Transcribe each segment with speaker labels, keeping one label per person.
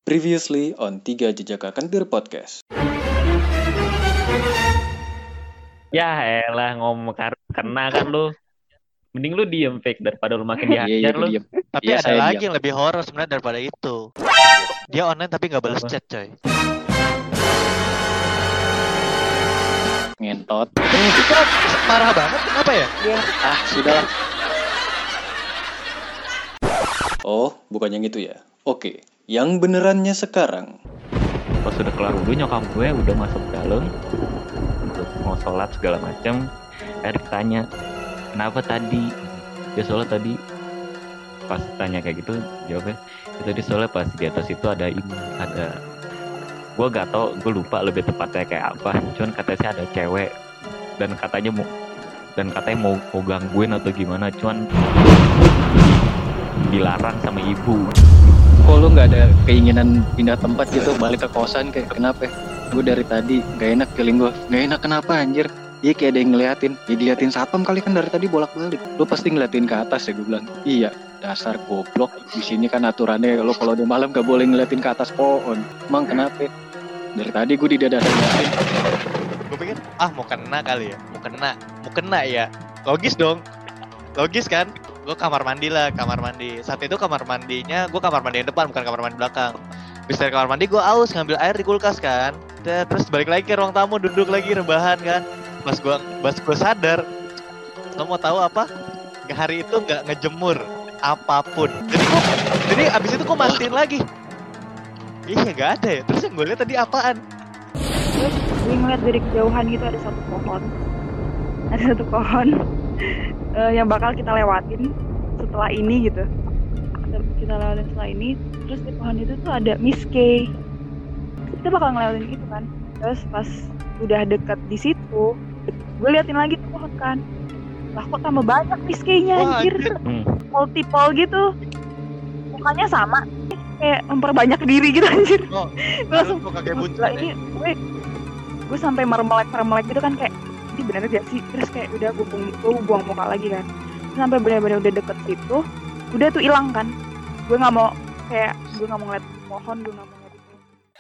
Speaker 1: Previously on 3 Jejaka Kentir Podcast.
Speaker 2: Ya elah ngomong kena kan lu. Mending lu diem fake daripada lu makin dihajar lu.
Speaker 1: Diem.
Speaker 3: Tapi
Speaker 1: Iya,
Speaker 3: ada
Speaker 1: saya
Speaker 3: lagi
Speaker 1: diam.
Speaker 3: yang lebih horor sebenarnya daripada itu. Dia online tapi nggak balas
Speaker 2: Apa?
Speaker 3: chat, coy.
Speaker 1: Ngentot.
Speaker 3: Itu parah banget, kenapa ya?
Speaker 1: Sudahlah. Oh, bukan yang itu ya. Oke, yang benerannya sekarang.
Speaker 2: Pas udah kelar wudhu nyokap gue udah masuk dalam untuk mau sholat segala macam. Erik tanya, kenapa tadi? Dia sholat tadi. Pas tanya kayak gitu jawabnya, itu di sholat pas di atas itu ada gue gak tau, gue lupa lebih tepatnya kayak apa. Cuman katanya sih ada cewek dan katanya mau gangguin atau gimana. Cuman dilarang sama ibu.
Speaker 1: Kok lu gak ada keinginan pindah tempat gitu, balik ke kosan kayak kenapa? Gue dari tadi gak enak feeling gue. Gak enak kenapa anjir? Iya kayak ada yang ngeliatin. Ya diliatin satpam kali kan dari tadi bolak-balik. Lu pasti ngeliatin ke atas ya, gue bilang. Iya, dasar goblok. Di sini kan aturannya lo kalau di malam gak boleh ngeliatin ke atas pohon. Emang kenapa? Dari tadi gue didadahin.
Speaker 3: Gue pikir, mau kena kali ya. Mau kena ya. Logis dong. Logis kan? Gue kamar mandi. Saat itu kamar mandinya, gue kamar mandi yang depan, bukan kamar mandi belakang. Habis dari kamar mandi gue aus ngambil air di kulkas kan. Terus balik lagi ke ruang tamu, duduk lagi rebahan kan. Pas gue sadar, lo mau tahu apa? Hari itu nggak ngejemur apapun. Jadi abis itu gue mastiin lagi. Iya nggak ada ya. Terus yang gue lihat tadi apaan?
Speaker 4: Terus gue ngeliat dari kejauhan gitu ada satu pohon yang bakal kita lewatin setelah ini gitu. Kita lewatin setelah ini. Terus di pohon itu tuh ada Miss K. Kita bakal ngelewatin itu kan. Terus pas udah dekat di situ, gue liatin lagi tuh pohon kan. Lah kok tambah banyak Miss K-nya anjir. Multiple gitu. Mukanya sama. Kayak memperbanyak diri gitu anjir. Gue langsung
Speaker 3: kayak buntu.
Speaker 4: lah ini gue sampai mermelek gitu kan kayak ini bener gak sih? Terus kayak udah gue buang muka lagi kan. Sampai benar-benar udah deket situ, udah tuh hilang kan. Gue nggak mau ngeliat pohon, gue nggak mau ngeliat itu.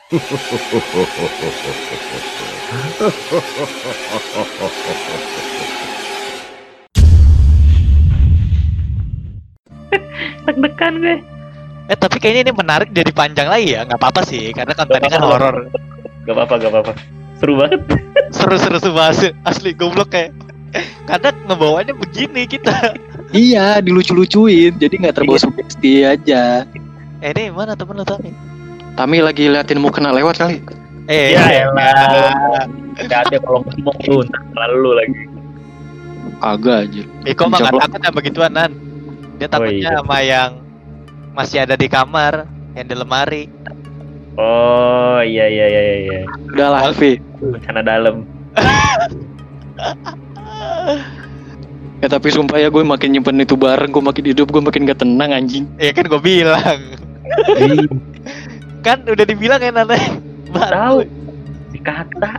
Speaker 4: Deg-degan gue.
Speaker 3: Tapi kayaknya ini menarik jadi panjang lagi ya. Nggak apa-apa sih, karena kontennya kan horor.
Speaker 2: Gak apa-apa. Seru banget.
Speaker 3: Seru banget asli, goblok kayak. Kadang ngebawanya begini kita.
Speaker 1: Iya, dilucu-lucuin. Jadi gak terbawa sugesti aja.
Speaker 3: Ini mana temen lo Tami?
Speaker 1: Tami lagi liatin mau kena lewat kali.
Speaker 2: Ya elah. Ada kalau ngomong lu, lalu lagi.
Speaker 1: Kagak aja.
Speaker 3: Iko mah gak takut sama begituan Nan. Dia takutnya
Speaker 2: iya.
Speaker 3: sama yang masih ada di kamar, yang di lemari.
Speaker 2: Oh iya.
Speaker 1: Udah lah, Alfi.
Speaker 2: Bencana dalam.
Speaker 1: Ya tapi sumpah ya, gue makin nyimpen itu bareng, gue makin hidup, gue makin gak tenang anjing.
Speaker 3: Ya kan gue bilang. Kan udah dibilang ya Nana.
Speaker 2: Tahu. Dikata.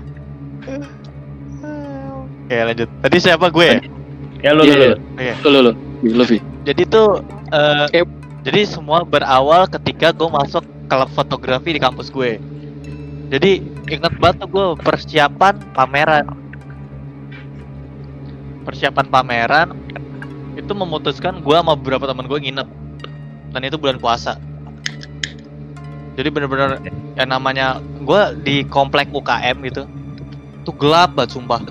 Speaker 3: Oke lanjut. Tadi siapa gue ya?
Speaker 2: Ya lu.
Speaker 3: Oke.
Speaker 1: Lu, Vi.
Speaker 3: Jadi tuh jadi semua berawal ketika gue masuk klub fotografi di kampus gue. Jadi inget banget tuh gue persiapan pameran itu memutuskan gue sama beberapa teman gue nginep, dan itu bulan puasa. Jadi bener-bener yang namanya gue di komplek UKM gitu, tuh gelap banget sumpah.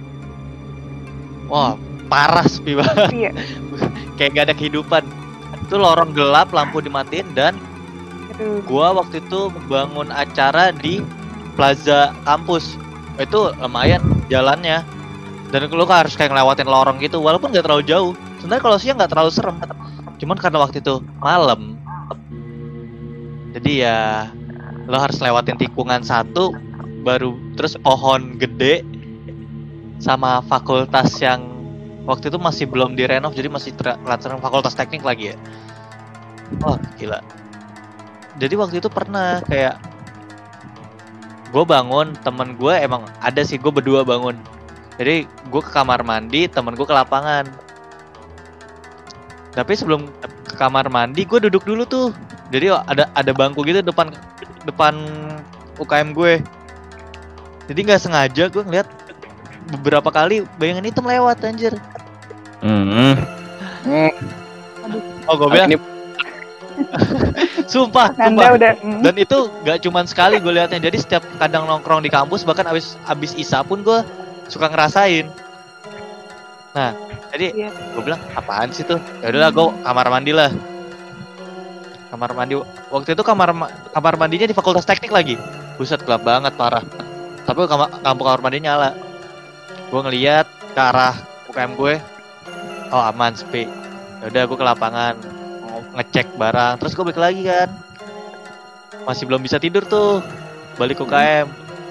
Speaker 3: Wah parah sepi banget.
Speaker 4: Iya.
Speaker 3: Kayak gak ada kehidupan. Itu lorong gelap, lampu dimatiin, dan gua waktu itu bangun acara di plaza kampus. Itu lumayan jalannya, dan lu kan harus kayak ngelewatin lorong gitu, walaupun gak terlalu jauh. Sebenarnya kalau siang gak terlalu serem, cuman karena waktu itu malam, jadi ya lo harus lewatin tikungan satu, baru terus pohon gede sama fakultas yang waktu itu masih belum direnov, jadi masih terlaksana fakultas teknik lagi ya. Wah gila. Jadi waktu itu pernah kayak gue bangun, temen gue emang ada sih, gue berdua bangun. Jadi gue ke kamar mandi, temen gue ke lapangan. Tapi sebelum ke kamar mandi gue duduk dulu tuh. Jadi ada bangku gitu depan depan UKM gue. Jadi nggak sengaja gue ngeliat beberapa kali bayangan hitam lewat anjir. Oh gue bilang
Speaker 1: Ini
Speaker 3: sumpah.
Speaker 4: Anda udah
Speaker 3: Dan itu gak cuman sekali gue liatnya. Jadi setiap kadang nongkrong di kampus, bahkan abis isa pun gue suka ngerasain. Nah jadi
Speaker 4: Iya.
Speaker 3: gue bilang apaan sih tuh? Ya udahlah gue kamar mandi lah. Kamar mandi waktu itu kamar mandinya di Fakultas Teknik lagi. Buset gelap banget parah. Tapi kamar mandinya nyala. Gue ngeliat ke arah UKM gue. Oh aman sepi. Ya udah gue ke lapangan ngecek barang. Terus gue balik lagi kan. Masih belum bisa tidur tuh. Balik ke UKM.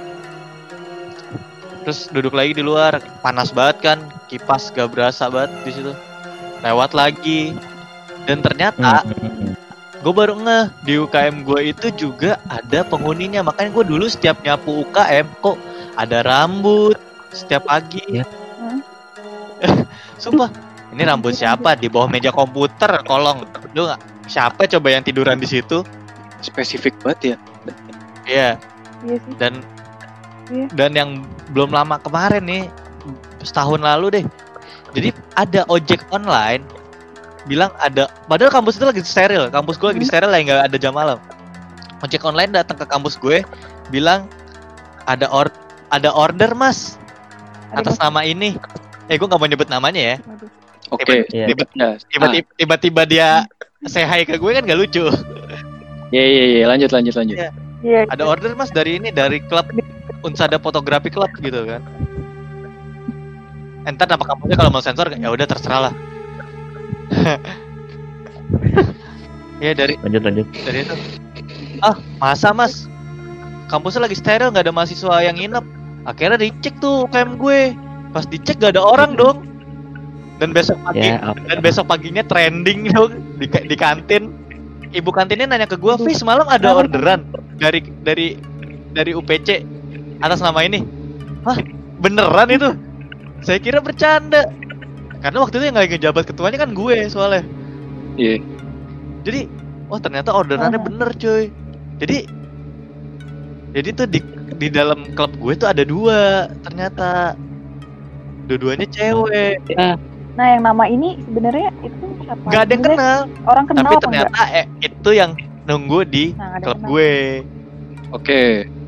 Speaker 3: Terus duduk lagi di luar. Panas banget kan. Kipas gak berasa banget di situ. Lewat lagi. Dan ternyata gue baru ngeh di UKM gue itu juga ada penghuninya. Makanya gue dulu setiap nyapu UKM kok ada rambut setiap pagi.
Speaker 2: Ya.
Speaker 3: Sumpah, ini rambut siapa di bawah meja komputer kolong? Lu nggak? Siapa coba yang tiduran di situ?
Speaker 1: spesifik banget ya.
Speaker 3: Iya.
Speaker 4: Iya sih. Iya.
Speaker 3: Dan yang belum lama kemarin nih, setahun lalu deh. Jadi ada ojek online bilang ada, padahal kampus itu lagi steril, kampus gue lagi di steril lah, nggak ada jam malam. Ojek online datang ke kampus gue bilang ada order mas atas nama ini. Gue nggak mau nyebut namanya ya.
Speaker 1: Oke.
Speaker 2: Iya.
Speaker 3: Tiba-tiba dia say hi ke gue kan gak lucu.
Speaker 1: Iya, lanjut.
Speaker 3: Iya.
Speaker 4: Iya.
Speaker 3: Ada order mas dari klub Unsada Fotografi Club gitu kan. Entar nama kampusnya kalau mau sensor ya udah terserah lah. Ya dari
Speaker 2: Lanjut.
Speaker 3: itu. Ah masa mas? Kampusnya lagi steril, nggak ada mahasiswa yang nginep. Akhirnya dicek tuh UKM gue. Pas dicek gak ada orang dong. Dan besok paginya trending dong di kantin. Ibu kantinnya nanya ke gue, "Fi, semalam ada orderan dari UPC atas nama ini." Hah, beneran itu? Saya kira bercanda. Karena waktu itu yang lagi ngejabat ketuanya kan gue soalnya.
Speaker 1: Iya.
Speaker 3: Jadi, ternyata orderannya bener cuy. Jadi tuh di dalam klub gue tuh ada 2 ternyata. Dua-duanya cewek.
Speaker 2: Ya.
Speaker 4: Nah, yang nama ini sebenarnya itu siapa?
Speaker 3: Gak ada yang
Speaker 4: Sebenarnya
Speaker 3: kenal.
Speaker 4: Orang kenal
Speaker 3: Tapi
Speaker 4: apa
Speaker 3: ternyata itu yang nunggu di
Speaker 4: Nah, ada
Speaker 3: klub
Speaker 4: yang kenal.
Speaker 3: gue.
Speaker 1: Oke.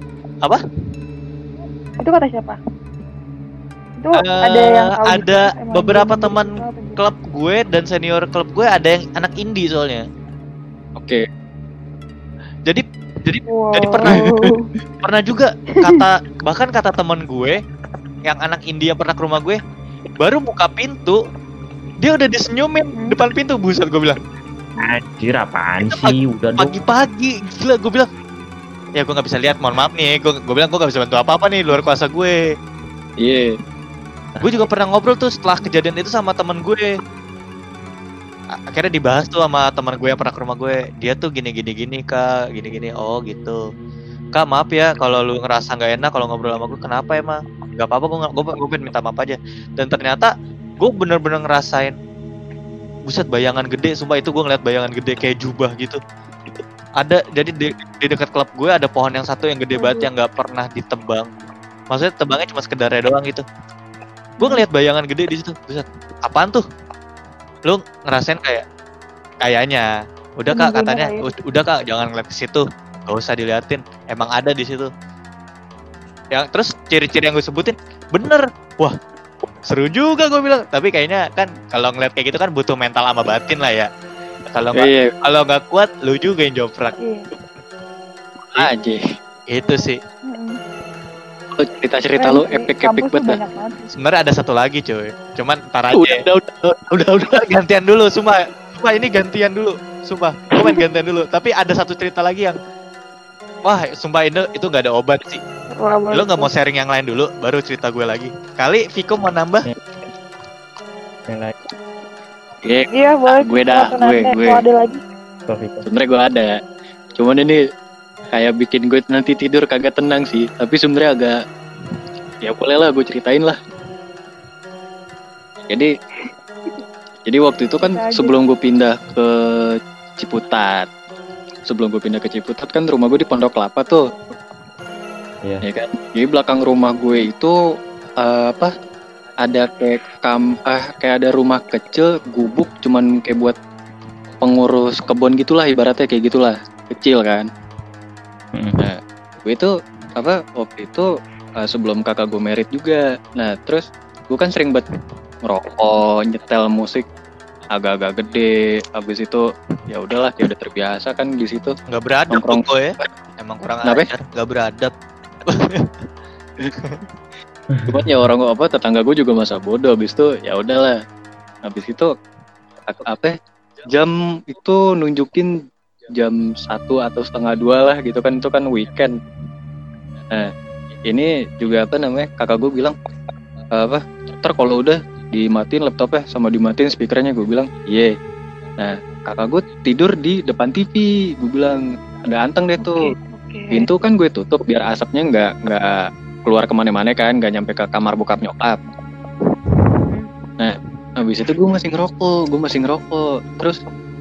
Speaker 4: Itu kata siapa? Itu ada yang tahu
Speaker 3: ada
Speaker 4: gitu, emang
Speaker 3: beberapa
Speaker 4: dia
Speaker 3: teman
Speaker 4: gitu atau gitu?
Speaker 3: klub gue dan senior klub gue ada yang anak indie soalnya.
Speaker 1: Oke.
Speaker 3: Jadi
Speaker 4: Wow.
Speaker 3: jadi pernah juga bahkan kata teman gue yang anak indie yang pernah ke rumah gue, baru buka pintu dia udah disenyumin depan pintu. Buset gue bilang.
Speaker 2: Anjir apaan
Speaker 3: Itu
Speaker 2: sih? Udah dong.
Speaker 3: Pagi-pagi gila gue bilang. Ya gue nggak bisa lihat, mohon maaf nih. Gue bilang gue nggak bisa bantu apa-apa nih, luar kuasa gue.
Speaker 1: Iya.
Speaker 3: Gue juga pernah ngobrol tuh setelah kejadian itu sama teman gue. Akhirnya dibahas tuh sama teman gue yang pernah ke rumah gue. Dia tuh gini kak, gini. Oh gitu. Kak maaf ya kalau lu ngerasa nggak enak kalau ngobrol sama gue. Kenapa emang? Gak apa-apa, gue pengen minta maaf aja. Dan ternyata gue bener-bener ngerasain, buset bayangan gede. Sumpah itu gue ngeliat bayangan gede kayak jubah gitu. Ada, jadi di dekat klub gue ada pohon yang satu yang gede banget yang nggak pernah ditebang. Maksudnya tebangnya cuma sekedarnya doang gitu. Gue ngeliat bayangan gede di situ. Buset, apaan tuh? Lu ngerasain kayaknya. Udah kak katanya, udah kak jangan ngeliat ke situ. Gak usah diliatin. Emang ada di situ. Yang terus ciri-ciri yang gue sebutin bener. Wah, seru juga gue bilang. Tapi kayaknya kan kalau ngeliat kayak gitu kan butuh mental sama batin lah ya. Kalau nggak kuat, lu juga yang joprak.
Speaker 4: Iya.
Speaker 1: Aja.
Speaker 3: Itu sih.
Speaker 1: Cerita lu epic banget.
Speaker 3: Sebenarnya ada satu lagi cuy. Cuman ntar aja.
Speaker 1: Udah.
Speaker 3: Gantian dulu, sumpah ini gantian dulu. Sumpah, gue main gantian dulu. Tapi ada satu cerita lagi yang, wah, sumpah itu nggak ada obat sih. Lo nggak mau sharing yang lain dulu, baru cerita gue lagi. Kali Viko mau nambah?
Speaker 2: Yang lain.
Speaker 4: Iya boleh.
Speaker 1: Gue
Speaker 4: ada lagi.
Speaker 1: Sebenarnya gue ada. Cuman ini kayak bikin gue nanti tidur kagak tenang sih. Tapi sebenarnya agak, ya boleh lah gue ceritain lah. Jadi waktu itu kan sebelum gue pindah ke Ciputat, sebelum gue pindah ke Ciputat kan rumah gue di Pondok Kelapa tuh.
Speaker 2: Iya.
Speaker 1: Ya kan. Jadi belakang rumah gue itu ada kayak ada rumah kecil gubuk cuman kayak buat pengurus kebun gitulah ibaratnya kayak gitulah kecil kan. Nah gue itu waktu itu sebelum kakak gue merit juga. Nah terus gue kan sering banget ngerokok nyetel musik agak-agak gede. Habis itu ya udahlah kayak udah terbiasa kan di situ.
Speaker 3: Nggak beradab
Speaker 1: Nongkrong.
Speaker 3: kok ya. Emang kurang
Speaker 1: Kenapa?
Speaker 3: ajar, nggak beradab.
Speaker 1: Cuman ya orang tetangga gue juga masa bodoh. Habis itu ya udahlah. Habis itu jam itu nunjukin jam 1 atau setengah 2 lah gitu kan, itu kan weekend. Nah ini juga kakak gue bilang ntar kalau udah dimatiin laptopnya sama dimatiin speakernya, gue bilang iya. Nah kakak gue tidur di depan TV, gue bilang ada anteng deh tuh. Pintu kan gue tutup biar asapnya nggak keluar kemana-mana kan, nggak nyampe ke kamar bokap nyokap. Nah habis itu gue masih ngerokok. Terus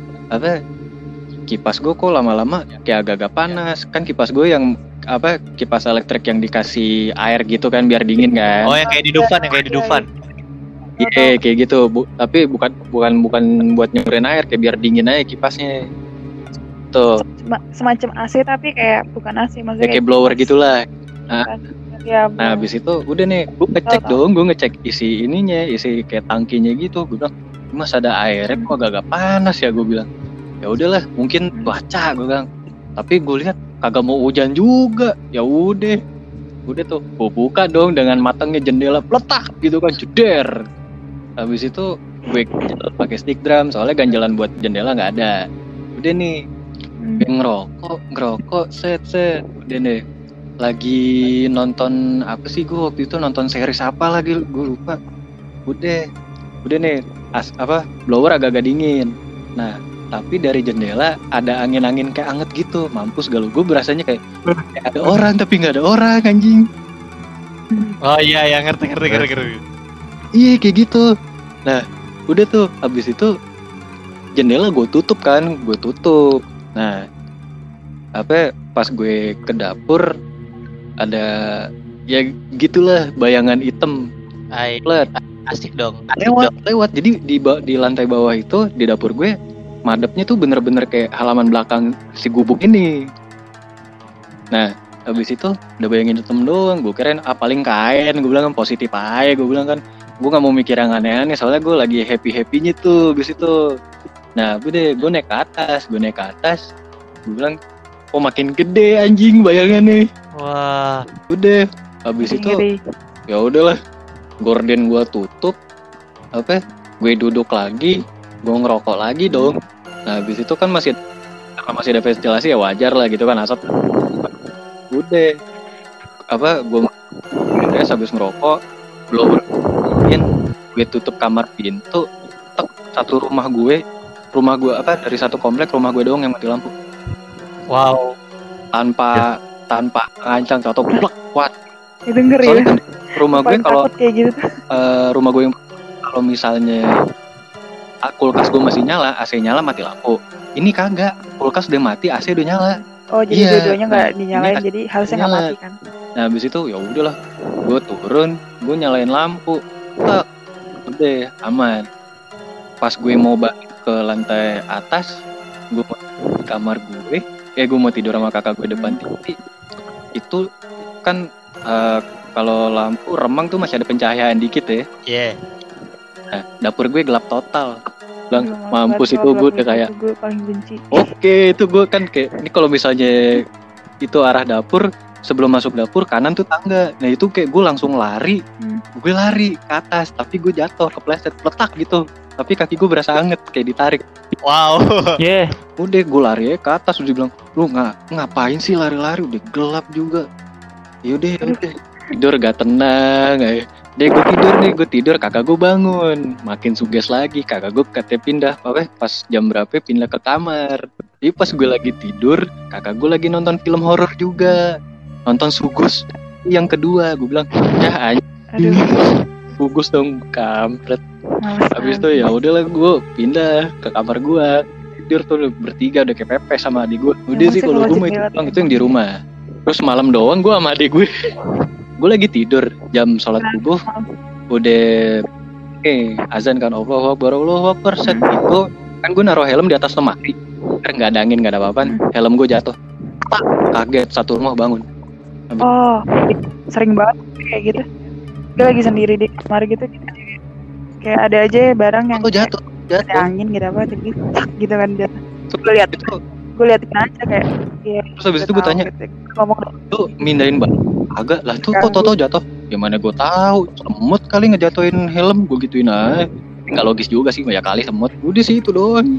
Speaker 1: kipas gue kok lama-lama kayak agak-agak panas. Kan kipas gue yang kipas elektrik yang dikasih air gitu kan biar dingin kan.
Speaker 3: Oh yang kayak di Dufan.
Speaker 1: Iya kayak gitu. Tapi bukan buat nyuruhin air, kayak biar dingin aja kipasnya. Tuh.
Speaker 4: Semacam AC tapi kayak bukan AC, maksudnya
Speaker 1: kayak blower gitulah.
Speaker 4: Ya,
Speaker 1: nah habis itu udah nih gue ngecek isi kayak tangkinya gitu. Gue bilang mas ada airnya kok agak panas ya, gue bilang. Ya udahlah mungkin cuaca, gue bilang. Tapi gue lihat kagak mau hujan juga. Ya udah tuh gue buka dong dengan matangnya jendela peletak gitu kan, jeder. Habis itu gue pakai stick drum soalnya ganjalan buat jendela nggak ada. Udah nih ngerokok set udah nih lagi nonton apa sih, gue waktu itu nonton series apa lagi gue lupa. Udah nih blower agak-agak dingin. Nah tapi dari jendela ada angin-angin kayak anget gitu. Mampus gak lu, gue berasanya kayak ada orang tapi nggak ada orang anjing.
Speaker 3: Oh iya ngerti.
Speaker 1: Iya kayak gitu. Nah udah tuh habis itu jendela gue tutup. Nah pas gue ke dapur ada ya gitulah bayangan hitam
Speaker 3: asik dong.
Speaker 1: Lewat. Jadi di lantai bawah itu di dapur gue madepnya tuh bener-bener kayak halaman belakang si gubuk ini. Nah habis itu udah bayangin hitam doang. Gue kirain paling kain, gue bilang kan positif aja. Gue bilang kan gue gak mau mikir yang aneh-aneh soalnya gue lagi happy-happynya tuh habis itu. Nah gue naik ke atas. Gue bilang makin gede anjing bayangannya.
Speaker 3: Wah.
Speaker 1: Udah habis itu ya udahlah, gorden gue tutup. Gue duduk lagi, gue ngerokok lagi dong. Nah habis itu kan masih ada ventilasi ya wajar lah gitu kan asap. Udah gue habis ngerokok blower, gue tutup kamar pintu. Satu rumah gue dari satu komplek rumah gue doang yang mati lampu.
Speaker 3: Wow.
Speaker 1: Tanpa ngancang atau plek kuat.
Speaker 4: Itu ngeri ya.
Speaker 1: Rumah gue kalau
Speaker 4: kayak gitu.
Speaker 1: Rumah gue kalau misalnya kulkas gue masih nyala, AC nyala mati lampu. Ini kagak, kulkas udah mati, AC udah nyala.
Speaker 4: Oh jadi dua-duanya nggak dinyalain, jadi harusnya nggak mati kan?
Speaker 1: Nah habis itu ya udahlah, gue turun, gue nyalain lampu, udah aman. Pas gue mau balik ke lantai atas, gue mau di kamar gue mau tidur sama kakak gue depan TV. Itu kan kalau lampu remang tuh masih ada pencahayaan dikit ya.
Speaker 3: Iya.
Speaker 1: Nah, dapur gue gelap total. Bilang mampus itu gue udah kayak.
Speaker 4: Gue paling benci.
Speaker 1: Oke, itu gue kan kayak ini kalau misalnya itu arah dapur, sebelum masuk dapur kanan tuh tangga. Nah itu kayak gue langsung lari. Gue lari ke atas, tapi gue jatuh kepleset, letak gitu. Tapi kaki gue berasa anget kayak ditarik.
Speaker 3: Wow.
Speaker 1: Yeah. Udah gue lari ke atas, udah bilang, lu ngapain sih lari-lari, udah gelap juga. Yaudah tidur gak tenang. Deh gue tidur, kakak gue bangun, makin suges lagi. Kakak gue katanya pindah, pas jam berapa pindah ke kamar. Jadi pas gue lagi tidur, kakak gue lagi nonton film horor juga, nonton Sugus yang kedua. Gue bilang, ya anjing, Sugus dong kampret. Habis itu ya udahlah gue pindah ke kamar gue. tidur tuh bertiga udah kayak pepes sama adik gue. Udah
Speaker 4: Emang
Speaker 1: sih
Speaker 4: sih
Speaker 1: kalau
Speaker 4: kalau
Speaker 1: gue mah itu
Speaker 4: jendela
Speaker 1: doang, itu yang di rumah. Terus malam doang gue sama adik gue. Gue lagi tidur jam sholat subuh. Udah azan kan, Allahu Akbar set itu kan gue naruh helm di atas lemari. Kan nggak ada angin nggak ada apa-apa. Helm gue jatuh. Kaget satu rumah bangun.
Speaker 4: Oh, sering banget kayak gitu. Gue lagi sendiri di kamar gitu. Kayak ada aja barang yang
Speaker 1: Jatuh.
Speaker 4: ada angin gitu apa tapi tak gitu kan jatuh.
Speaker 1: Itu
Speaker 4: Gue liatin aja kayak ya,
Speaker 1: terus habis itu gue tanya,
Speaker 4: gitu. Ngomong dong.
Speaker 1: tuh mindahin bang agak lah tuh kok toto jatuh ya mana gue tahu semut kali ngejatuhin helm gue gituin aja nggak logis juga sih ya kali semut udah sih itu doang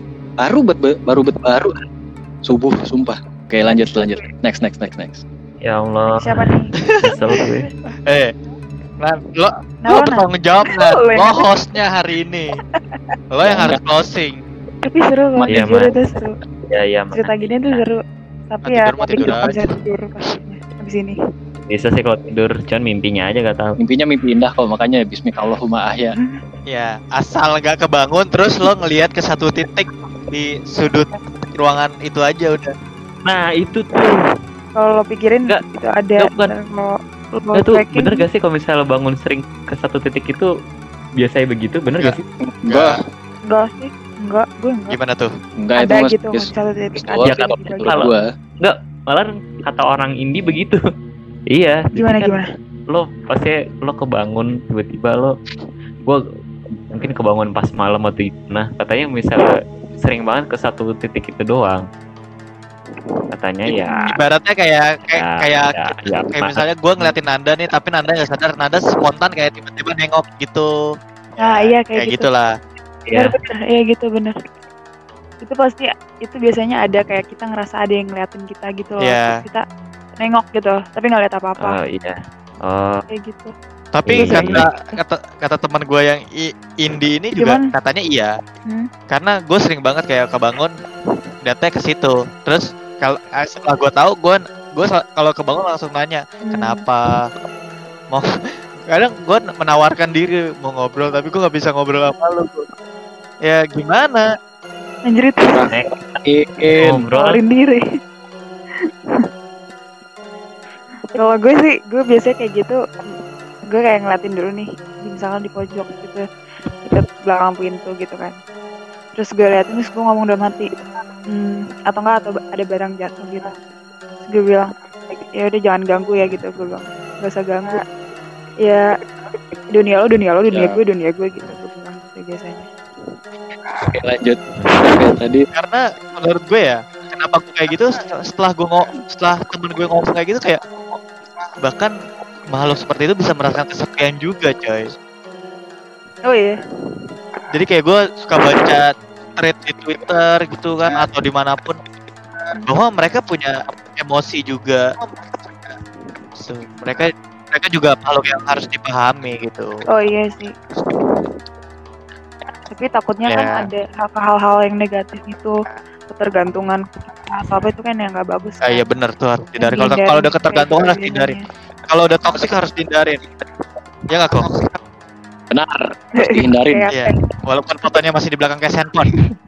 Speaker 1: baru subuh sumpah. Oke lanjut next
Speaker 2: Ya Allah,
Speaker 4: Siapa nih?
Speaker 2: kesel gue.
Speaker 3: Nah, lo
Speaker 4: Nah,
Speaker 3: bertanggung jawab nah.
Speaker 4: Lo yang
Speaker 3: Lo hostnya hari ini. Lo yang harus closing.
Speaker 4: tapi seru loh,
Speaker 2: Iya,
Speaker 4: jujur
Speaker 2: Mas.
Speaker 4: itu seru.
Speaker 2: Ya,
Speaker 4: Cerita gini tuh seru. Tapi
Speaker 3: Ah,
Speaker 4: ya
Speaker 3: tidur mah tidur
Speaker 4: nggak bisa
Speaker 3: aja.
Speaker 4: tidur pastinya abis ini.
Speaker 2: Bisa sih kalau tidur, cuman mimpinya aja gak tahu.
Speaker 1: mimpinya mimpi indah kok makanya bismillahirrahmanirrahim ahya.
Speaker 3: Ya, asal nggak kebangun terus lo ngelihat ke satu titik di sudut ruangan itu aja udah.
Speaker 2: Nah itu tuh,
Speaker 4: Kalau lo pikirin
Speaker 2: Nggak,
Speaker 4: itu ada.
Speaker 2: bukan.
Speaker 4: Kalau lo
Speaker 2: itu
Speaker 4: tracking,
Speaker 2: bener gak sih kalau misalnya bangun sering ke satu titik itu biasanya begitu, bener gak sih?
Speaker 1: Enggak
Speaker 4: enggak sih? Enggak, gue enggak.
Speaker 3: Gimana tuh?
Speaker 1: enggak itu
Speaker 4: Ada
Speaker 1: mas
Speaker 4: gitu
Speaker 1: yes,
Speaker 4: satu titik
Speaker 1: yes,
Speaker 4: ada
Speaker 1: doang.
Speaker 2: Ya, kalau-
Speaker 4: gitu gitu.
Speaker 2: kalau-
Speaker 1: gua
Speaker 2: Malah kata orang indie begitu. Iya. jadi
Speaker 4: Gimana
Speaker 2: kan
Speaker 4: gimana?
Speaker 2: Lo pasti lo kebangun tiba-tiba gue mungkin kebangun pas malam atau nah katanya misalnya sering banget ke satu titik itu doang. Katanya ya.
Speaker 3: Ibaratnya kayak
Speaker 2: Ma-
Speaker 3: misalnya gue ngeliatin Nanda nih, tapi Nanda nggak sadar, Nanda spontan kayak tiba-tiba nengok gitu.
Speaker 4: Nah, iya kayak gitu.
Speaker 3: gitulah.
Speaker 2: ya,
Speaker 4: Bener, iya gitu bener. Itu pasti itu biasanya ada kayak kita ngerasa ada yang ngeliatin kita gitu loh.
Speaker 3: Iya.
Speaker 4: Terus kita nengok gitu, tapi nggak lihat apa-apa.
Speaker 2: iya. Oh,
Speaker 4: Kayak gitu.
Speaker 3: Tapi
Speaker 2: Iya,
Speaker 3: kata teman gue yang indie ini juga
Speaker 4: Gimana?
Speaker 3: katanya iya.
Speaker 4: Hmm.
Speaker 3: Karena gue sering banget kayak kebangun datanya ke situ. Terus kalau setelah gue tahu, gue kalau kebangun langsung nanya kenapa. Mau kadang gue menawarkan diri mau ngobrol, tapi gue nggak bisa ngobrol sama lu. Ya gimana?
Speaker 4: Anjir itu
Speaker 2: ngobrol.
Speaker 4: ngeluarin diri. Kalau gue sih, gue biasanya kayak gitu. Gue kayak ngeliatin dulu nih, misalkan di pojok gitu, deket belakang pintu gitu kan. Terus gue liatin, terus gue ngomong dalam hati, atau ada barang jatuh gitu. Terus gue bilang, ya udah jangan ganggu ya gitu, gue bilang, gak usah ganggu. Ya dunia lo, dunia
Speaker 1: Ya.
Speaker 4: gue gitu, gue bilang gitu biasanya.
Speaker 1: Oke lanjut. Oke tadi
Speaker 3: Karena menurut gue ya, kenapa gue kayak gitu setelah temen gue ngomong kayak gitu kayak bahkan makhluk seperti itu bisa merasakan kesepian juga coy.
Speaker 4: Oh iya,
Speaker 3: Jadi kayak gue suka baca thread di Twitter gitu kan atau dimanapun bahwa mereka punya emosi juga. So, mereka juga makhluk yang harus dipahami gitu.
Speaker 4: oh iya sih. Tapi takutnya kan
Speaker 3: Ya.
Speaker 4: ada hal-hal yang negatif itu, ketergantungan atau apa itu kan yang nggak bagus.
Speaker 3: Ah,
Speaker 4: kan.
Speaker 3: iya benar tuh harus dihindari.
Speaker 4: Hindarin
Speaker 3: Kalau udah
Speaker 4: kayak
Speaker 3: ketergantungan
Speaker 4: gitu
Speaker 3: harus dihindarin.
Speaker 4: biasanya.
Speaker 3: Kalau udah toksik harus dihindarin. Ya nggak kok?
Speaker 1: benar harus dihindarin.
Speaker 4: Kayak
Speaker 3: Iya. Walaupun fotonya masih di belakang case handphone.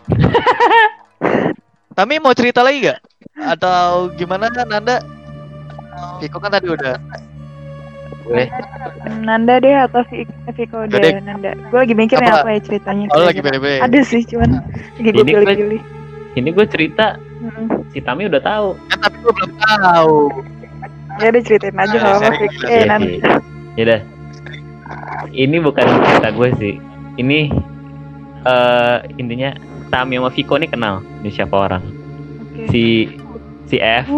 Speaker 3: Tami mau cerita lagi gak? Atau gimana Nanda? Viko kan tadi udah.
Speaker 2: Gue
Speaker 4: Nanda deh atau Viko
Speaker 3: Gak deh.
Speaker 4: deh Nanda. Gue lagi mikir nih
Speaker 3: Apa?
Speaker 4: apa ya ceritanya.
Speaker 3: Oh lagi
Speaker 4: kira-kira.
Speaker 3: bebe.
Speaker 4: Ada sih cuman lagi gue
Speaker 2: Ini
Speaker 4: pilih-pilih.
Speaker 2: ini gue cerita
Speaker 4: Hmm.
Speaker 2: si Tami udah tahu.
Speaker 3: Kan tapi gue belum tahu.
Speaker 4: Ya udah ceritain aja
Speaker 3: Ah,
Speaker 4: kalau apa
Speaker 3: sharing
Speaker 4: Vik.
Speaker 3: juga.
Speaker 2: Iya
Speaker 4: Nanda.
Speaker 2: sih. Yaudah. Ini bukan cerita gue sih. Ini intinya Tami sama Viko nih kenal. Ini siapa orang?
Speaker 4: Oke.
Speaker 2: Si F.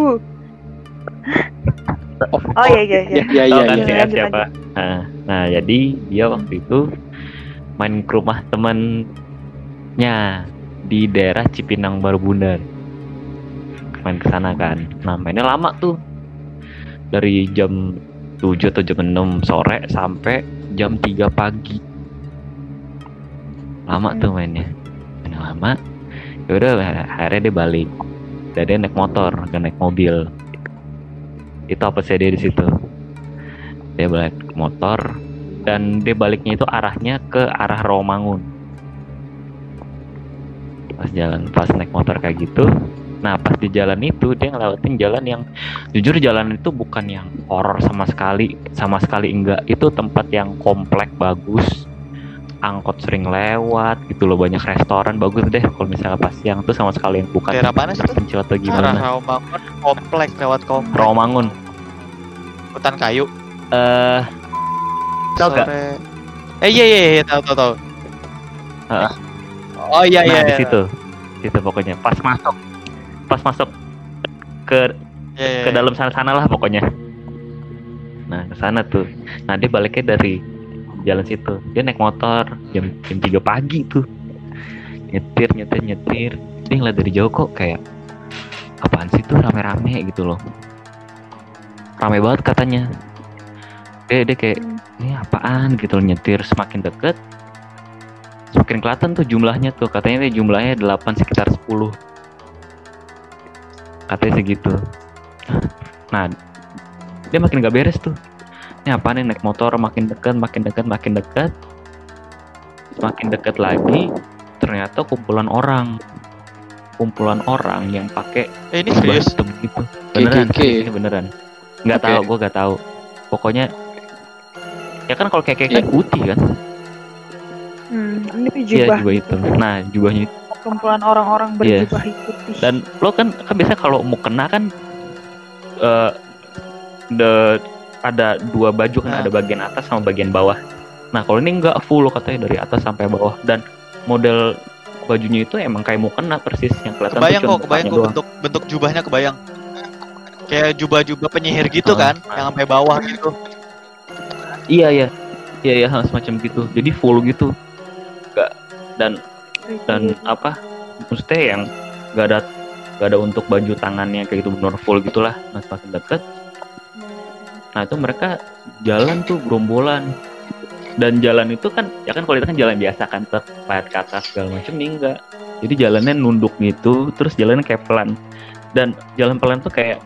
Speaker 4: Oh iya iya iya.
Speaker 1: Ya
Speaker 2: Tahu
Speaker 1: ya
Speaker 2: kan
Speaker 1: ya.
Speaker 2: si F
Speaker 4: lanjut,
Speaker 2: siapa? Nah, jadi dia waktu itu main ke rumah temennya di daerah Cipinang Barbundar. Main ke sana kan. Nah, mainnya lama tuh. Dari jam 7 atau jam 6 sore sampai jam 3 pagi. Lama tuh mainnya. Mainnya lama. Ya udah akhirnya dia balik. Dan dia naik motor, gak naik mobil. Itu apa sih dia di situ? Dia balik motor dan dia baliknya itu arahnya ke arah Rawamangun. pas naik motor kayak gitu. Nah pas di jalan itu dia ngelewatin jalan yang jujur jalan itu bukan yang horor sama sekali enggak, itu tempat yang komplek bagus, angkot sering lewat gitu loh, banyak restoran bagus deh. Kalau misalnya pas siang tuh sama sekali yang bukan
Speaker 3: Daerah mana sih tuh?
Speaker 2: terpencil atau
Speaker 3: Arah
Speaker 2: gimana.
Speaker 3: Rawamangun, komplek lewat komplek.
Speaker 2: Rawamangun.
Speaker 3: Hutan kayu.
Speaker 2: Tau gak?
Speaker 3: Sore. Iya tahu.
Speaker 2: Heeh.
Speaker 3: Oh iya
Speaker 2: Nah di
Speaker 3: iya.
Speaker 2: situ pokoknya pas masuk ke
Speaker 3: Iya.
Speaker 2: dalam sana lah pokoknya. Nah ke sana tuh. Nah dia baliknya dari jalan situ. Dia naik motor jam 3 pagi tuh. Nyetir. Dia ngeliat dari jauh kok kayak apaan sih tuh rame-rame gitu loh. Rame banget katanya. Dia kayak ini apaan gitu loh, nyetir semakin deket. Semakin kelihatan tuh jumlahnya tuh. Katanya jumlahnya 8 sekitar 10. Katanya segitu. Nah dia makin gak beres tuh. Ini apa nih naik motor makin dekat. Semakin dekat lagi ternyata kumpulan orang yang pakai
Speaker 3: Ini serius.
Speaker 2: batu gitu. Beneran,
Speaker 1: KKK.
Speaker 2: ini beneran. Nggak
Speaker 1: Oke.
Speaker 2: tahu, gue nggak tahu. Pokoknya ya kan kalau kayak
Speaker 1: Iya.
Speaker 2: kan putih kan?
Speaker 4: Ini
Speaker 2: Iya
Speaker 4: jubah.
Speaker 2: jubah itu. Nah jubahnya
Speaker 4: Kumpulan orang-orang
Speaker 2: Iya.
Speaker 4: berjubah putih.
Speaker 2: dan lo kan biasa kalau mau kena kan ada dua baju kan,
Speaker 3: Nah.
Speaker 2: ada bagian atas sama bagian bawah. Nah kalau ini enggak full katanya dari atas sampai bawah, dan model bajunya itu emang kayak mau kena persis, yang kelihatan
Speaker 3: Kebayang
Speaker 2: tuh cuma
Speaker 3: kok
Speaker 2: mukanya doang.
Speaker 3: bentuk jubahnya kebayang. Kayak jubah-jubah penyihir gitu kan, yang sampai bawah gitu.
Speaker 2: Iya hal semacam gitu. Jadi full gitu. Enggak dan apa? Maksudnya yang enggak ada untuk baju tangannya kayak gitu, benar full gitulah. Nah semakin dekat, nah itu mereka jalan tuh gerombolan. Dan jalan itu kan ya kan kalau itu kan jalan biasa kan, terlihat ke atas segala macam, nih enggak. Jadi jalannya nunduk gitu, terus jalannya kayak pelan. Dan jalan pelan tuh kayak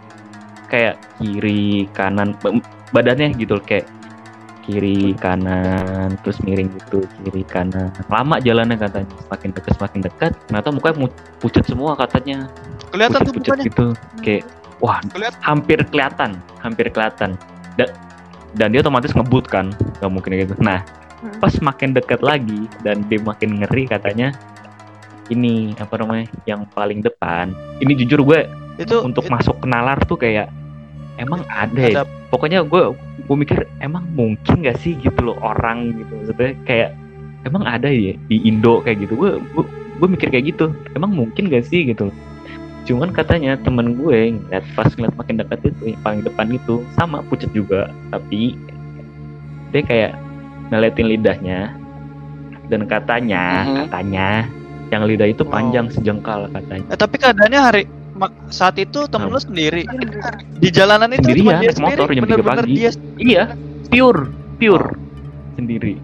Speaker 2: kiri kanan badannya gitu loh, kayak kiri kanan terus miring gitu, kiri kanan. Lama jalannya katanya, semakin dekat ternyata mukanya pucat semua katanya.
Speaker 3: Kelihatan tuh
Speaker 2: Pucat
Speaker 3: mukanya.
Speaker 2: gitu. Kayak wah,
Speaker 3: Kelihatan.
Speaker 2: hampir kelihatan. Dan dia otomatis ngebut kan, nggak mungkin kayak gitu. Nah pas makin dekat lagi dan dia makin ngeri katanya, ini apa namanya yang paling depan ini, jujur gue
Speaker 3: Itu
Speaker 2: untuk masuk ke nalar tuh kayak emang ada ya. Pokoknya gue mikir emang mungkin gak sih gitu loh orang gitu, maksudnya kayak emang ada ya di Indo kayak gitu. Gue mikir kayak gitu, emang mungkin gak sih gitu loh. Cuman katanya temen gue ngeliat makin dekat itu yang paling depan itu sama pucat juga, tapi dia kayak ngeliatin lidahnya, dan katanya yang lidah itu panjang sejengkal katanya.
Speaker 3: tapi keadaannya saat itu temen lu sendiri di jalanan itu
Speaker 2: Sendirian,
Speaker 3: cuma dia
Speaker 2: naik motor
Speaker 3: sendiri,
Speaker 2: jam 3
Speaker 3: bener-bener
Speaker 2: pagi.
Speaker 3: dia.
Speaker 2: Iya, pure sendiri.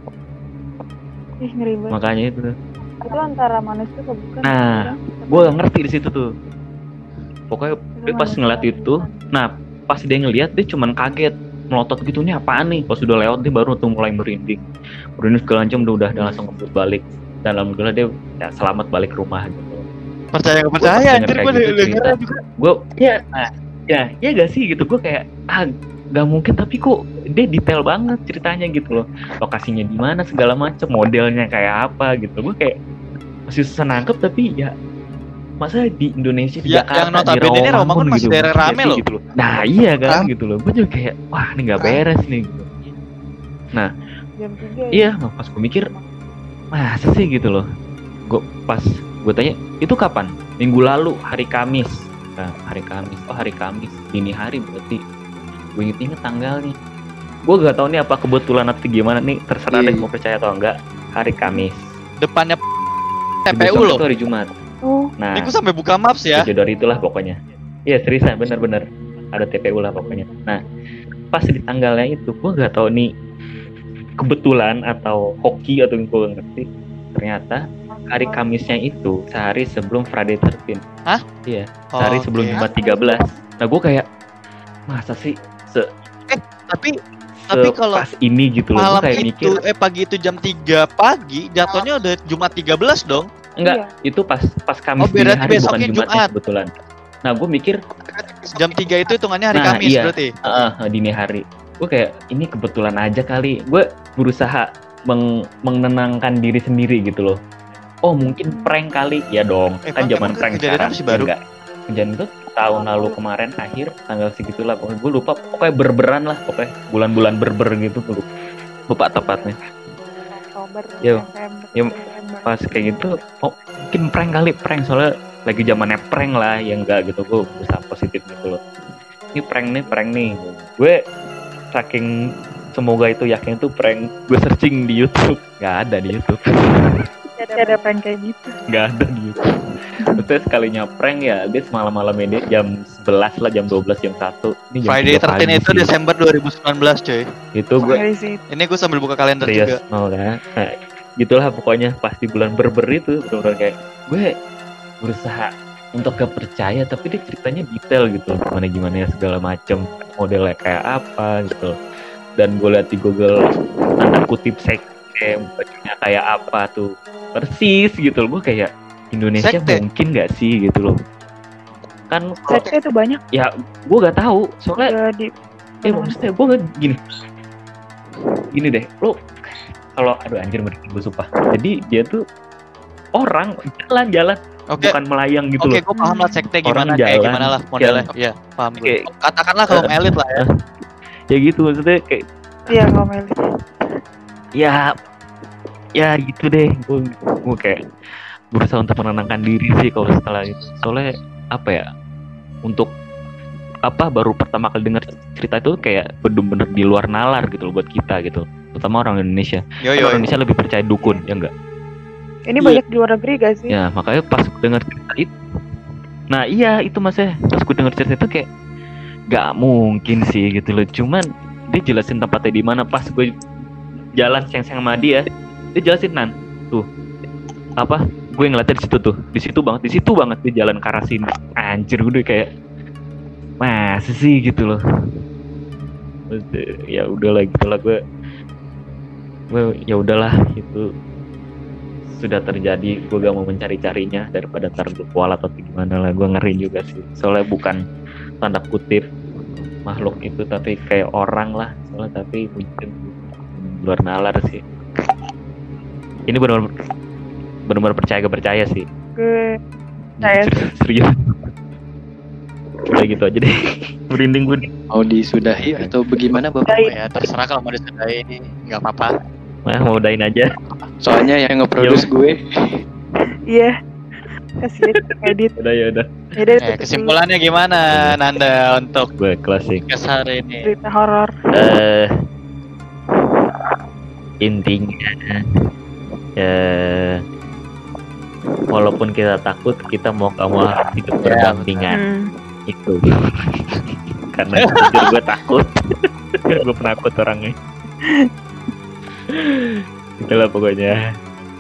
Speaker 4: Ih, ngeri banget.
Speaker 2: Makanya itu.
Speaker 4: Itu antara manusia atau bukan?
Speaker 2: Nah, gue gak ngerti di situ tuh. Pokoknya dia pas ngeliat itu, nah pas dia ngeliat dia cuman kaget, melotot gitu, nih apaan nih. Pas udah lewat dia baru tuh mulai merinding segala macam, udah langsung ngebut balik. Dan alhamdulillah dia ya, selamat balik rumah gitu.
Speaker 3: Percaya anjir, gue dengernya juga.
Speaker 2: Gue ya gak sih gitu, gue kayak gak mungkin, tapi kok dia detail banget ceritanya gitu loh, lokasinya di mana segala macam, modelnya kayak apa gitu. Gue kayak masih susah nangkep, tapi ya masa di Indonesia di
Speaker 3: Ya,
Speaker 2: Jakarta
Speaker 3: yang notabene
Speaker 2: di
Speaker 3: Rawamangun masih daerah
Speaker 2: Mungkin
Speaker 3: rame
Speaker 2: sih
Speaker 3: loh.
Speaker 2: gitu loh. Nah iya kan gitu loh, gue juga kayak wah ini nggak beres nih gitu. Nah
Speaker 4: Jam 3
Speaker 2: iya, pas gue mikir masa sih gitu loh. Pas gue tanya itu kapan? Minggu lalu, hari Kamis. Nah, hari Kamis dini hari berarti. Gue inget tanggalnya. Gue gak tahu nih apa kebetulan atau gimana nih, terserah deh mau percaya atau enggak. Hari Kamis.
Speaker 3: Depannya
Speaker 2: Besok
Speaker 3: TPU loh.
Speaker 2: itu hari Jumat.
Speaker 4: Oh,
Speaker 2: Nah,
Speaker 3: Ini gue sampai buka maps ya.
Speaker 2: kejadian itulah pokoknya. Iya seriusan, bener-bener ada TPU lah pokoknya. Nah, pas di tanggalnya itu gue gak tahu nih kebetulan atau hoki atau gue ngerti. Ternyata hari Kamisnya itu sehari sebelum Friday 13.
Speaker 3: Hah?
Speaker 2: Iya, sehari sebelum Jumat 13. Nah, gue kayak masa sih
Speaker 3: Tapi kalau
Speaker 2: pas ini gitu loh, gue
Speaker 3: malam
Speaker 2: kayak
Speaker 3: itu
Speaker 2: mikir
Speaker 3: pagi itu jam 3 pagi, jatuhnya udah Jumat 13 dong.
Speaker 2: Enggak, itu pas Kamis dini
Speaker 3: berarti
Speaker 2: hari bukan
Speaker 3: besoknya
Speaker 2: Jumatnya
Speaker 3: Jumat.
Speaker 2: kebetulan. Nah gue mikir,
Speaker 3: Jam 3 itu hitungannya hari
Speaker 2: Nah,
Speaker 3: Kamis
Speaker 2: iya.
Speaker 3: berarti.
Speaker 2: Dini hari. Gue kayak ini kebetulan aja kali. Gue berusaha menenangkan diri sendiri gitu loh. Oh mungkin prank kali, ya dong. Kan zaman
Speaker 3: emang
Speaker 2: prank
Speaker 3: kejadiannya
Speaker 2: sekarang.
Speaker 3: masih baru?
Speaker 2: Ya enggak. Kejadian itu tahun lalu kemarin akhir tanggal segitulah. Pokoknya gue lupa. Pokoknya berberan lah. Pokoknya bulan-bulan berber gitu. Gue lupa tepatnya.
Speaker 4: Oktober,
Speaker 2: Yo,
Speaker 4: November,
Speaker 2: yo,
Speaker 4: Desember.
Speaker 2: pas kayak gitu, oh mungkin prank kali, prank soalnya lagi zamannya prank lah, yang enggak gitu. Gue berusaha positif gitu loh. Ini prank nih. Gue saking semoga itu yakin itu prank, gue searching di YouTube, nggak ada di YouTube.
Speaker 4: Tidak ada prank kayak gitu.
Speaker 2: Nggak ada di YouTube. Terus sekalinya prank ya dia semalam-malam ini jam 11 lah, jam 12, jam 1. Ini jam
Speaker 3: Friday
Speaker 2: 3 pagi
Speaker 3: 13 itu
Speaker 2: sih.
Speaker 3: Desember 2019 coy.
Speaker 2: Itu gue
Speaker 4: Hari sih.
Speaker 3: Ini gue sambil buka kalender
Speaker 2: serius
Speaker 3: juga.
Speaker 2: mau kan. Nah, gitulah pokoknya pas di bulan berber itu benar-benar kayak gue berusaha untuk gak percaya, tapi dia ceritanya detail gitu, gimana segala macem, modelnya kayak apa gitu. Dan gue lihat di Google tanda kutip sekte, bajunya kayak apa tuh persis gitu loh. Gue kayak Indonesia
Speaker 3: Sekte?
Speaker 2: mungkin gak sih gitu loh. Kan
Speaker 4: Sekte itu banyak
Speaker 2: ya gue gak tahu soalnya
Speaker 4: di
Speaker 2: maksudnya gue gini deh lo, kalau aduh anjir merinding gue sumpah. Jadi dia tuh orang jalan-jalan,
Speaker 3: Oke.
Speaker 2: bukan melayang gitu
Speaker 3: Oke,
Speaker 2: loh.
Speaker 3: gue paham lah sekte
Speaker 2: Orang
Speaker 3: gimana, kayak
Speaker 2: jalan,
Speaker 3: gimana lah modelnya. Iya, paham gue.
Speaker 2: Kayak
Speaker 3: Katakanlah kalau elit lah ya.
Speaker 2: ya gitu maksudnya kayak
Speaker 4: Iya, ngomeli.
Speaker 2: ya gitu deh. Gue kayak berusaha untuk menenangkan diri sih kalau setelah itu. Soalnya apa ya, untuk apa baru pertama kali dengar cerita itu kayak bener-bener di luar nalar gitu loh buat kita gitu, terutama orang Indonesia.
Speaker 3: Yo
Speaker 2: Kan
Speaker 3: yo.
Speaker 2: orang Indonesia lebih percaya dukun ya enggak.
Speaker 4: Ini banyak di luar negeri gak sih?
Speaker 2: Ya makanya pas gue dengar cerita itu, nah iya itu maksudnya pas gue dengar cerita itu kayak gak mungkin sih gitu loh. Cuman dia jelasin tempatnya di mana. Pas gue jalan siang-siang sama dia jelasin tuh apa, gue ngeliatnya di situ banget di jalan ke arah sini. Anjir gue kayak masa sih gitu loh. Ya udahlah gitulah, gue ya udahlah, itu sudah terjadi, gue gak mau mencari-carinya daripada ntar gue kualat atau gimana lah. Gue ngeri juga sih soalnya bukan tanda kutip makhluk itu, tapi kayak orang lah soalnya, tapi mungkin luar nalar sih. Ini benar-benar percaya sih.
Speaker 4: Gue saya
Speaker 2: Serius. Udah gitu aja deh. Merinding gue.
Speaker 1: Mau disudahi atau bagaimana Bapak?
Speaker 4: Baik.
Speaker 3: Ya terserah, kalau mau disudahi nggak apa-apa.
Speaker 2: Mau udahin aja.
Speaker 1: Soalnya yang nge-produce gue.
Speaker 4: iya. Kasih edit.
Speaker 2: Udah ya udah.
Speaker 4: Jadi
Speaker 3: Kesimpulannya gimana Nanda untuk
Speaker 2: Gue closing.
Speaker 3: podcast hari ini?
Speaker 4: cerita horor.
Speaker 2: Intinya walaupun kita takut, kita mau harus hidup berdampingan. Itu karena jujur gue takut. Gue penakut orangnya. Itulah pokoknya.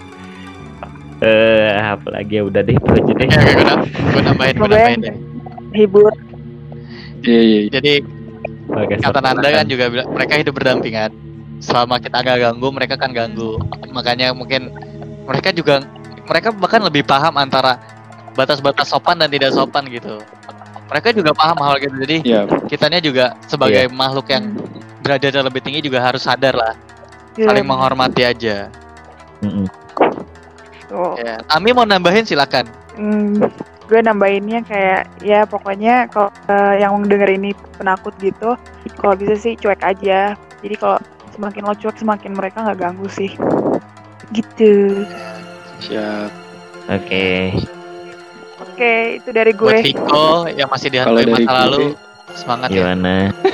Speaker 2: Apalagi ya udah deh itu aja deh.
Speaker 3: Gue nambahin deh.
Speaker 4: Hibur.
Speaker 1: Iya.
Speaker 3: Jadi
Speaker 2: Pakai
Speaker 3: kata
Speaker 2: satu
Speaker 3: Nanda
Speaker 2: makan.
Speaker 3: kan juga bilang mereka hidup berdampingan. Selama kita nggak ganggu, mereka kan ganggu. Makanya mungkin mereka bahkan lebih paham antara batas-batas sopan dan tidak sopan gitu. Mereka juga paham hal gitu. Jadi
Speaker 1: Iya.
Speaker 3: kitanya juga sebagai makhluk yang derajatnya lebih tinggi juga harus sadar lah. Saling menghormati aja.
Speaker 4: Tuh.
Speaker 3: Ya. Ami mau nambahin silakan.
Speaker 4: Gue nambahinnya kayak ya pokoknya kalau yang denger ini penakut gitu, kalau bisa sih cuek aja. Jadi kalau semakin lo cuek, semakin mereka nggak ganggu sih. Gitu.
Speaker 1: Siap.
Speaker 2: Oke.
Speaker 4: Oke, itu dari
Speaker 3: Buat
Speaker 4: gue.
Speaker 3: Viko yang masih
Speaker 1: Kalau
Speaker 3: dihantui
Speaker 1: dari
Speaker 3: masa
Speaker 1: gue,
Speaker 3: lalu, semangat ya.
Speaker 2: Gimana?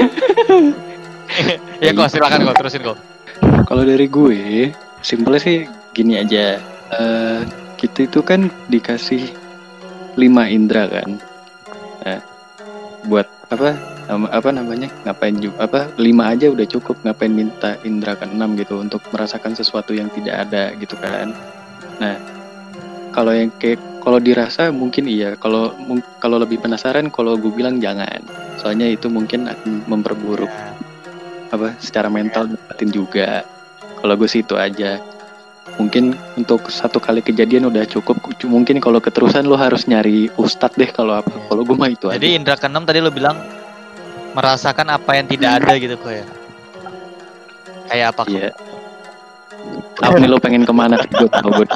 Speaker 3: Ya kok silakan kok, terusin kok.
Speaker 1: Kalau dari gue, simpelnya sih gini aja. Kita itu kan dikasih 5 indera kan. Nah, buat apa namanya? Ngapain juga 5 aja udah cukup, ngapain minta indera ke-6 gitu untuk merasakan sesuatu yang tidak ada gitu kan. Nah, kalau dirasa mungkin iya, kalau lebih penasaran, kalau gue bilang jangan. Soalnya itu mungkin akan memperburuk secara mental dan batin juga. Kalau gue sih itu aja. Mungkin untuk satu kali kejadian udah cukup. Mungkin kalau keterusan lu harus nyari ustadz deh kalau apa. Kalau gue mah itu
Speaker 3: Jadi
Speaker 1: aja.
Speaker 3: indra keenam tadi lo bilang merasakan apa yang tidak ada gitu kok ya. Kayak apa kok?
Speaker 1: Iya. Apa nih lu pengen kemana? Gue tahu gue.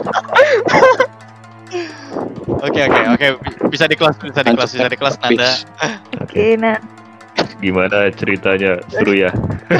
Speaker 3: Oke. Bisa di close Nanda.
Speaker 4: Oke, nah
Speaker 2: Gimana ceritanya? Seru ya?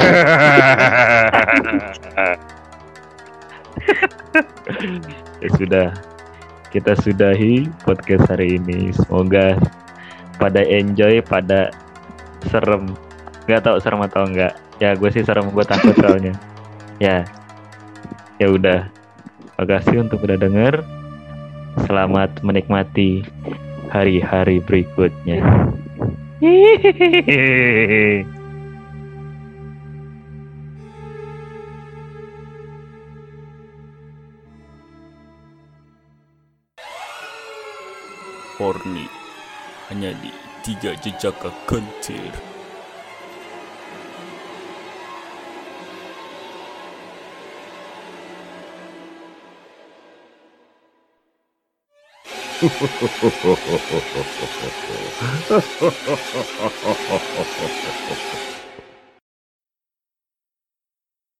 Speaker 2: Ya sudah, kita sudahi podcast hari ini. Semoga pada enjoy, pada serem. Nggak tahu serem atau enggak. Ya gue sih serem, gue takut soalnya. Ya udah. Makasih untuk udah denger. Selamat menikmati hari-hari berikutnya.
Speaker 5: Porni hanya di 3 Jejaka Kencir.